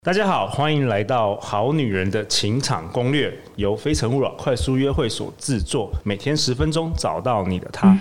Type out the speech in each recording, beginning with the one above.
大家好，欢迎来到好女人的情场攻略，由非诚勿扰快速约会所制作，每天10分钟，找到你的他。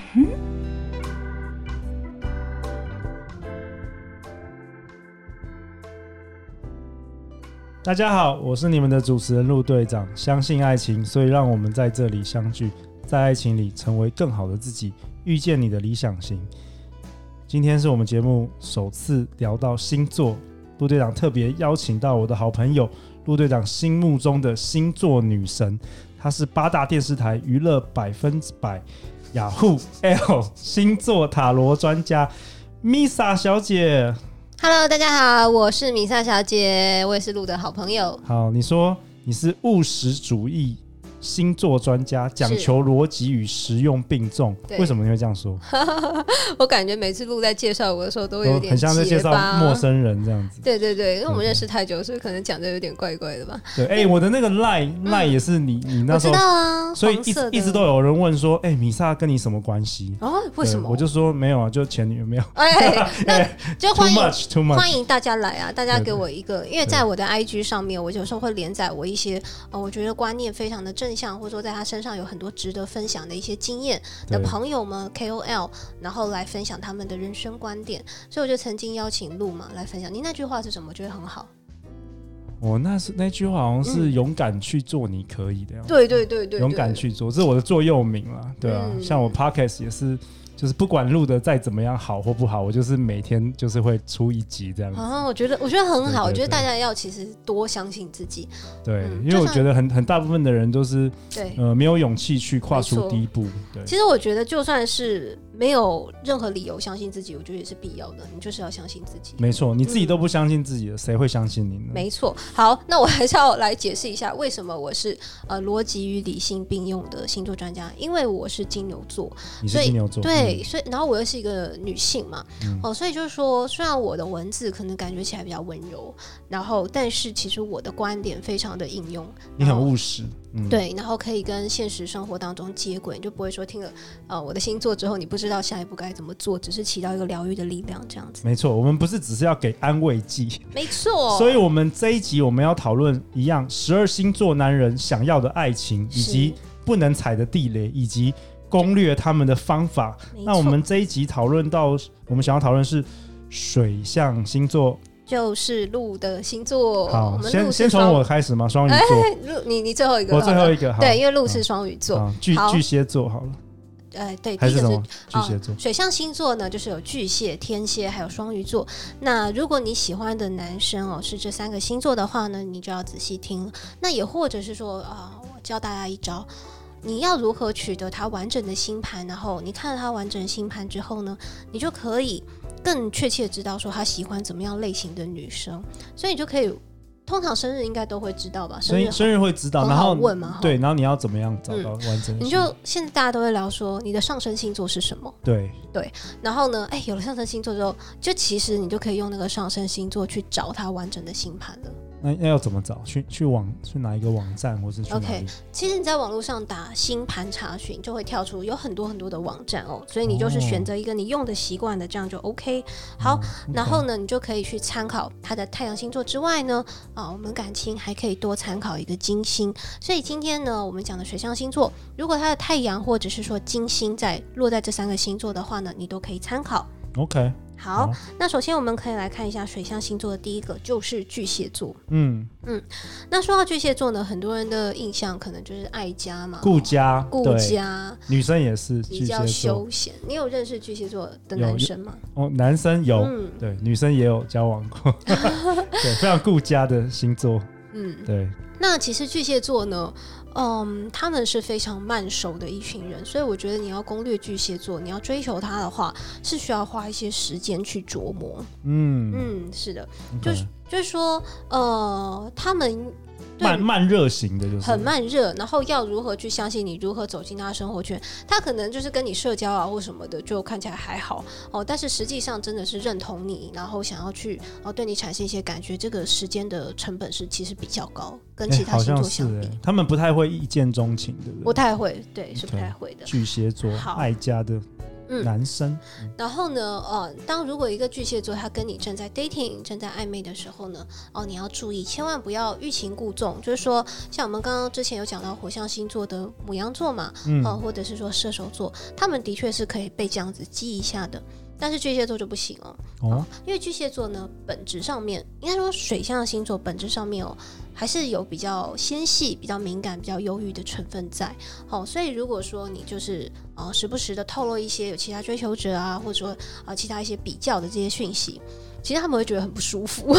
大家好，我是你们的主持人陆队长。相信爱情，所以让我们在这里相聚，在爱情里成为更好的自己，遇见你的理想型。今天是我们节目首次聊到星座，陆队长特别邀请到我的好朋友，陆队长心目中的星座女神，她是8大电视台娱乐100%雅虎 L 星座塔罗专家米莎小姐。 Hello， 大家好，我是米莎小姐，我也是陆的好朋友。 好，你说你是务实主义星座专家，讲求逻辑与实用并重，为什么你会这样说？ 我感觉每次陆在介绍我的时候都会有点很像在介绍陌生人这样子。 对对对，因为我们认识太久，所以可能讲的有点怪怪的吧。 对，我的那个 line 也是你那时候， 我知道啊， 所以一直都有人问说，米莎跟你什么关系？ 哦，为什么？ 我就说没有啊，就前女友没有。 那就欢迎大家来啊！大家给我一个，因为在我的 IG 上面，我有时候会连载我一些我觉得观念非常的正向，或者说在他身上有很多值得分享的一些经验的朋友们 KOL， 然后来分享他们的人生观点。所以我就曾经邀请陆嘛来分享。你那句话是什么？我觉得很好。 那句话好像是勇敢去做你可以的样子。 对对对对， 勇敢去做，这是我的座右铭啦。对啊，像我 Podcast 也是。就是不管录的再怎么样好或不好，我就是每天就是会出一集这样子。 我觉得很好，我觉得大家要其实多相信自己。 对，因为我觉得很大部分的人都是没有勇气去跨出第一步。对， 其实我觉得就算是没有任何理由相信自己，我觉得也是必要的。你就是要相信自己。 没错，你自己都不相信自己了，谁会相信你呢？ 没错。好，那我还是要来解释一下为什么我是逻辑与理性并用的星座专家，因为我是金牛座。 你是金牛座， 对。所以，然后我又是一个女性嘛，所以就是说，虽然我的文字可能感觉起来比较温柔，然后，但是其实我的观点非常的应用， 你很务实， 对，然后可以跟现实生活当中接轨，你就不会说听了我的星座之后，你不知道下一步该怎么做，只是起到一个疗愈的力量这样子。 没错，我们不是只是要给安慰剂， 没错。 所以我们这一集我们要讨论一样12星座男人想要的爱情，以及不能踩的地雷，以及攻略他们的方法。那我们这一集讨论到，我们想要讨论是水象星座， 就是陆的星座。 好，先从我开始吗？双鱼座。 你最后一个， 我最后一个。 对，因为陆是双鱼座， 巨蟹座好了。 对， 还是什么？巨蟹座。 水象星座呢，就是有巨蟹、天蝎还有双鱼座。那如果你喜欢的男生是这3个星座的话呢，你就要仔细听。那也或者是说我教大家一招。你要如何取得他完整的星盘，然后你看了他完整的星盘之后呢，你就可以更确切知道说他喜欢怎么样类型的女生，所以你就可以，通常生日应该都会知道吧？生日会知道， 然后问嘛， 对，然后你要怎么样找到完整的？ 你就现在大家都会聊说你的上升星座是什么？ 对， 然后呢，有了上升星座之后，就其实你就可以用那个上升星座去找他完整的星盘了。 那要怎么找？去哪一个网站，或是去哪里？ OK， 其实你在网络上打星盘查询，就会跳出有很多很多的网站所以你就是选择一个你用的习惯的，这样就 OK。好，然后呢，你就可以去参考他的太阳星座之外呢，我们感情还可以多参考一个金星。所以今天呢，我们讲的水象星座，如果他的太阳或者是说金星落在这3个星座的话呢，你都可以参考。 OK。 好，那首先我们可以来看一下水象星座的第一个就是巨蟹座。那说到巨蟹座呢，很多人的印象可能就是爱家嘛，顾家， 女生也是比较休闲。你有认识巨蟹座的男生吗？ 男生有，对，女生也有交往过，对，非常顾家的星座。对。 那其实巨蟹座呢，他们是非常慢熟的一群人，所以我觉得你要攻略巨蟹座，你要追求他的话，是需要花一些时间去琢磨。是的， okay. 就是说，他们慢热型的，就是很慢热，然后要如何去相信你，如何走进他的生活圈，他可能就是跟你社交或什么的，就看起来还好但是实际上真的是认同你，然后想要去对你产生一些感觉，这个时间的成本是其实比较高，跟其他星座相比。 他们不太会一见钟情，对不对？ 不太会，对，是不太会的。 巨蟹座爱家的。 男生。 然后呢，当如果一个巨蟹座他跟你正在 dating 正在暧昧的时候呢，你要注意，千万不要欲擒故纵。就是说，像我们刚刚之前有讲到火象星座的牡羊座嘛，或者是说射手座，他们的确是可以被这样子激一下的。但是巨蟹座就不行因为巨蟹座呢，本质上面应该说水象的星座本质上面还是有比较纤细、比较敏感、比较忧郁的成分在。所以如果说你就是时不时的透露一些有其他追求者啊，或者说其他一些比较的这些讯息，其实他们会觉得很不舒服。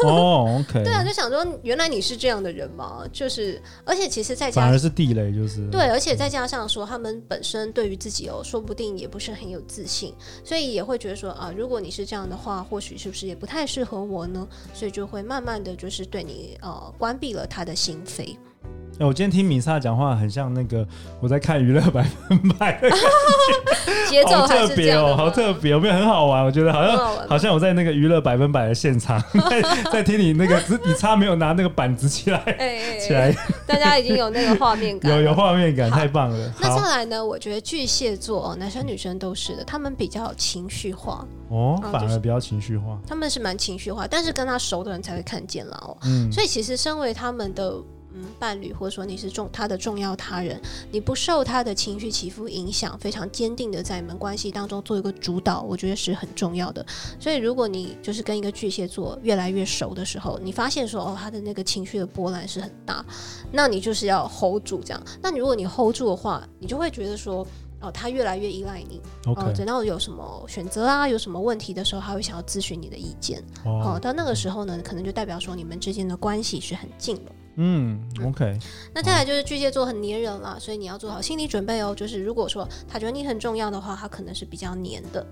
OK。 对啊，就想说原来你是这样的人吗？就是而且其实再加反而是地雷，就是对，而且再加上说他们本身对于自己说不定也不是很有自信，所以也会觉得说如果你是这样的话，或许是不是也不太适合我呢？所以就会慢慢的就是对你关闭了他的心扉。 我今天听米萨讲话很像那个我在看娱乐百分百的感觉， 节奏还是这样的好特别，有没有很好玩？我觉得好像我在那个娱乐百分百的现场，在听你那个，你差没有拿那个板子起来，起来， 大家已经有那个画面感， 有画面感，太棒了。 那再来呢？我觉得巨蟹座男生女生都是的，他们比较情绪化反而比较情绪化， 他们是蛮情绪化，但是跟他熟的人才会看见啦所以其实身为他们的伴侣，或者说你是他的重要他人，你不受他的情绪起伏影响，非常坚定的在你们关系当中做一个主导，我觉得是很重要的。所以如果你就是跟一个巨蟹座越来越熟的时候，你发现说他的那个情绪的波澜是很大，那你就是要 hold 住这样。那如果你 hold 住的话，你就会觉得说他越来越依赖你，等到有什么选择啊，有什么问题的时候，他会想要咨询你的意见。到那个时候呢，可能就代表说你们之间的关系是很近了。 OK。 那再来就是巨蟹座很黏人啦，所以你要做好心理准备就是如果说他觉得你很重要的话，他可能是比较黏的。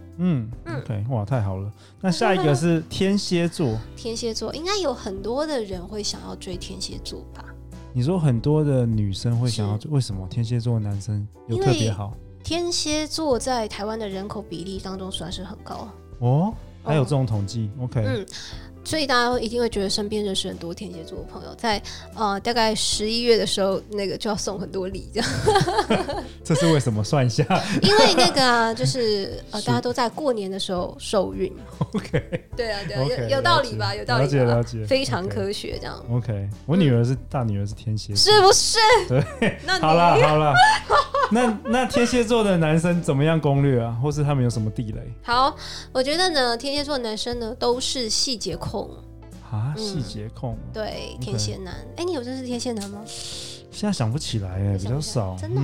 OK， 哇，太好了。那下一个是天蝎座。 天蝎座应该有很多的人会想要追天蝎座吧？ 你说很多的女生会想要追，为什么天蝎座的男生有特别好？ 天蝎座在台湾的人口比例当中算是很高还有这种统计？OK。 所以大家一定会觉得身边认识很多天蝎座的朋友，在大概11月的时候，那个就要送很多礼这样。 这是为什么？算一下。 因为那个就是大家都在过年的时候受孕。 OK。 对啊，有道理吧？有道理吧？ 了解， 非常科学这样。 OK。我大女儿是天蝎座， 是不是？ 对。好啦。那天蝎座的男生怎么样攻略啊？或是他们有什么地雷？ 好，我觉得呢，天蝎座男生呢都是细节控细节控。 对，天蝎男。你有认识天蝎男吗？ 现在想不起来比较少。 真的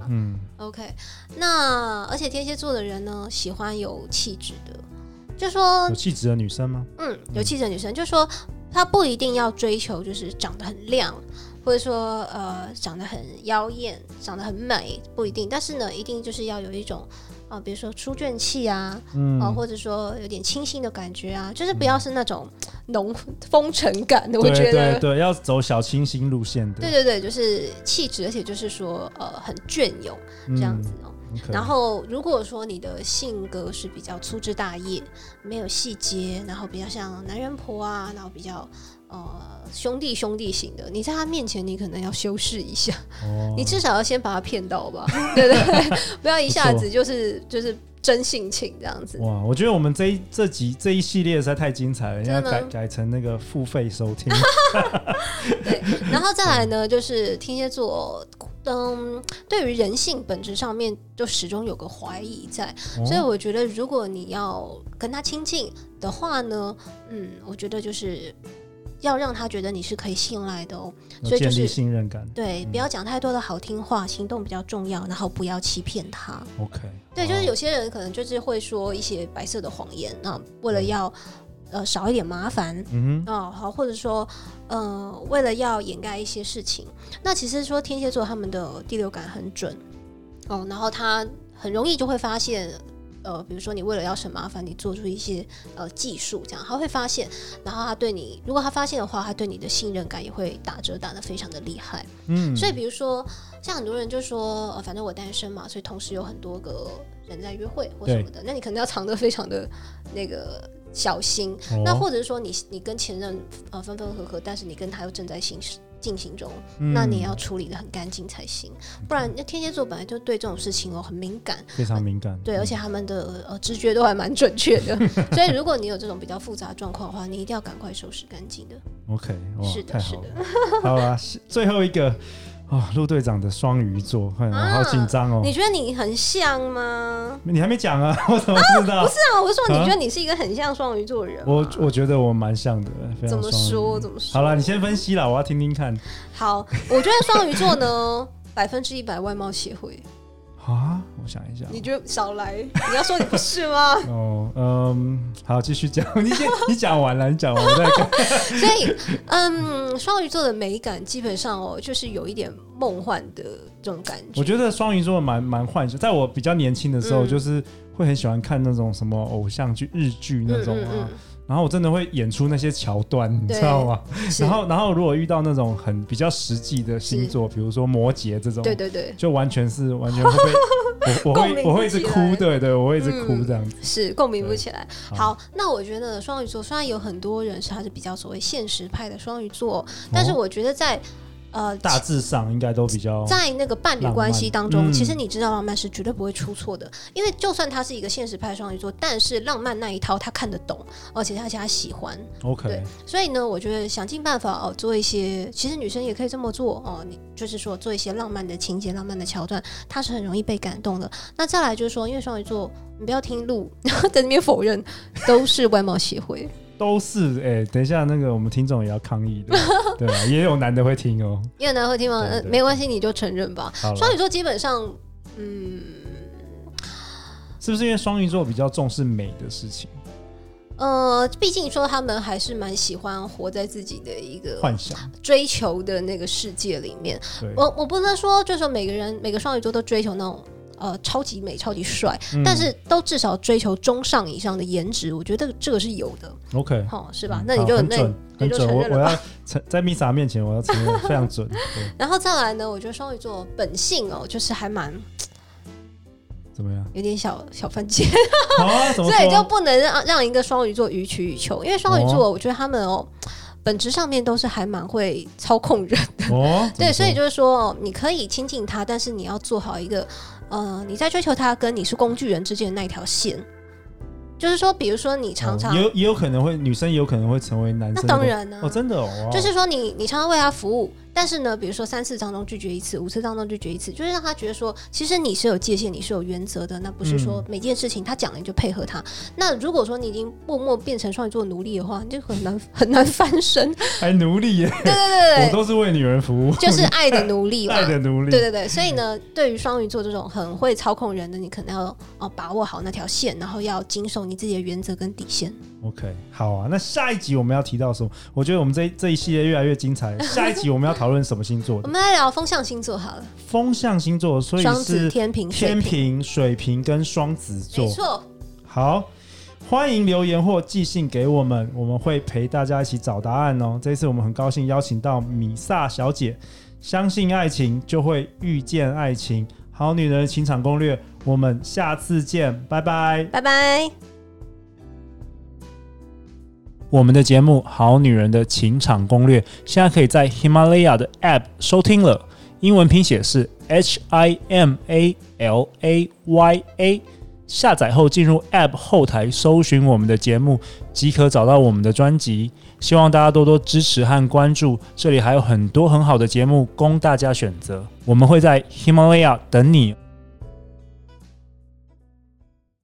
OK。那而且天蝎座的人呢，喜欢有气质的，就说有气质的女生吗？ 有气质的女生，就说她不一定要追求就是长得很亮，或者说长得很妖艳，长得很美，不一定。但是呢，一定就是要有一种比如说书卷气啊，或者说有点清新的感觉啊，就是不要是那种浓风尘感的。我觉得对，要走小清新路线的。 对，就是气质，而且就是说很隽永这样子然后如果说你的性格是比较粗枝大叶，没有细节，然后比较像男人婆啊，然后比较兄弟型的，你在他面前你可能要修饰一下，你至少要先把他骗到吧，对不对？不要一下子就是真性情这样子。 哇，我觉得我们这一系列实在太精彩了，应该改成那个付费收听。 对，然后再来呢，就是天蝎座。对于人性本质上面就始终有个怀疑在，所以我觉得如果你要跟他亲近的话呢，我觉得就是要让他觉得你是可以信赖的所以就是建立信任感。 对，不要讲太多的好听话，行动比较重要，然后不要欺骗他。 OK。 对，就是有些人可能就是会说一些白色的谎言为了要少一点麻烦，好，或者说为了要掩盖一些事情。那其实说天蝎座他们的第六感很准然后他很容易就会发现比如说你为了要省麻烦，你做出一些技术这样，他会发现，然后他对你，如果他发现的话，他对你的信任感也会打折打得非常的厉害。所以比如说像很多人就说反正我单身嘛，所以同时有很多个人在约会或什么的，那你可能要藏得非常的那个小心。那或者是说你跟前任分分合合，但是你跟他又正在进行中，那你也要处理得很干净才行，不然天蝎座本来就对这种事情很敏感， 非常敏感， 对，而且他们的直觉都还蛮准确的，所以如果你有这种比较复杂状况的话，你一定要赶快收拾干净的。 OK， 是的，是的。 好啦，最后一个。陆队长的双鱼座，我好紧张哦。 你觉得你很像吗？ 你还没讲啊，我怎么知道？ 不是啊，我是说你觉得你是一个很像双鱼座的人吗？ 我觉得我蛮像的，非常怎么说？ 好啦，你先分析啦，我要听听看。 好，我觉得双鱼座呢，100%外貌协会。 啊，我想一下， 你觉得少来？你要说你不是吗？ 好，继续讲。你讲完了，你讲完我再看。 所以，双鱼座的美感基本上就是有一点梦幻的这种感觉。 我觉得双鱼座蛮幻想，在我比较年轻的时候，就是会很喜欢看那种什么偶像剧、日剧那种啊。然后我真的会演出那些桥段，你知道吗？然后如果遇到那种比较实际的星座，比如说摩羯这种， 对， 就完全会被我会一直哭，对，我会一直哭这样子， 是共鸣不起来。好，那我觉得双鱼座虽然有很多人他是比较所谓现实派的双鱼座，但是我觉得在大致上应该都比较在那个伴侣关系当中，其实你知道浪漫是绝对不会出错的，因为就算他是一个现实派双鱼座，但是浪漫那一套他看得懂，而且他喜欢。 OK， 对，所以呢，我觉得想尽办法做一些，其实女生也可以这么做你就是说做一些浪漫的情节、浪漫的桥段，他是很容易被感动的。那再来就是说，因为双鱼座，你不要听路在那边否认，都是外貌协会。 都是等一下那个我们听众也要抗议的，对啊，也有男的会听哦， 也有男的会听吗？没关系，你就承认吧。双鱼座基本上， 是不是因为双鱼座比较重视美的事情？ 毕竟说他们还是蛮喜欢活在自己的一个幻想、 追求的那个世界里面。我不能说就是说每个双鱼座都追求那种。超级美、超级帅，但是都至少追求中上以上的颜值，我觉得这个是有的。 OK， 是吧？那你就很准，我要在 Misa 面前我要承认非常准。 然后再来呢，我觉得双鱼座本性就是还蛮怎么样？ 有点小犯贱， 所以就不能让一个双鱼座予取予求，因为双鱼座我觉得他们本质上面都是还蛮会操控人的对，所以就是说你可以亲近他，但是你要做好一个你在追求他跟你是工具人之间的那一条线，就是说比如说你常常也有可能会女生也有可能会成为男生， 那当然呢真的就是说你常常为他服务，但是呢比如说3次当中拒绝1次，5次当中拒绝1次，就是让他觉得说其实你是有界限，你是有原则的，那不是说每件事情他讲了你就配合他。那如果说你已经默默变成双鱼座奴隶的话，你就很难翻身，还奴隶耶。对，我都是为女人服务， 就是爱的奴隶嘛爱的奴隶。 对，所以呢对于双鱼座这种很会操控人的，你可能要把握好那条线，然后要谨守你自己的原则跟底线。 OK， 好啊，那下一集我们要提到什么？我觉得我们这一系列越来越精彩。下一集我们要讨论什么星座？ 我们来聊风象星座好了。 风象星座，所以是双子、天秤、 水瓶跟双子座。 没错。 好，欢迎留言或寄信给我们，我们会陪大家一起找答案哦。这一次我们很高兴邀请到米萨小姐，相信爱情就会遇见爱情，好女人的情场攻略，我们下次见，拜拜， 拜拜。 我们的节目《好女人的情场攻略》现在可以在 Himalaya 的 App 收听了，英文拼写是 HIMALAYA。下载后进入 App 后台搜寻我们的节目，即可找到我们的专辑。希望大家多多支持和关注，这里还有很多很好的节目供大家选择。我们会在 Himalaya 等你。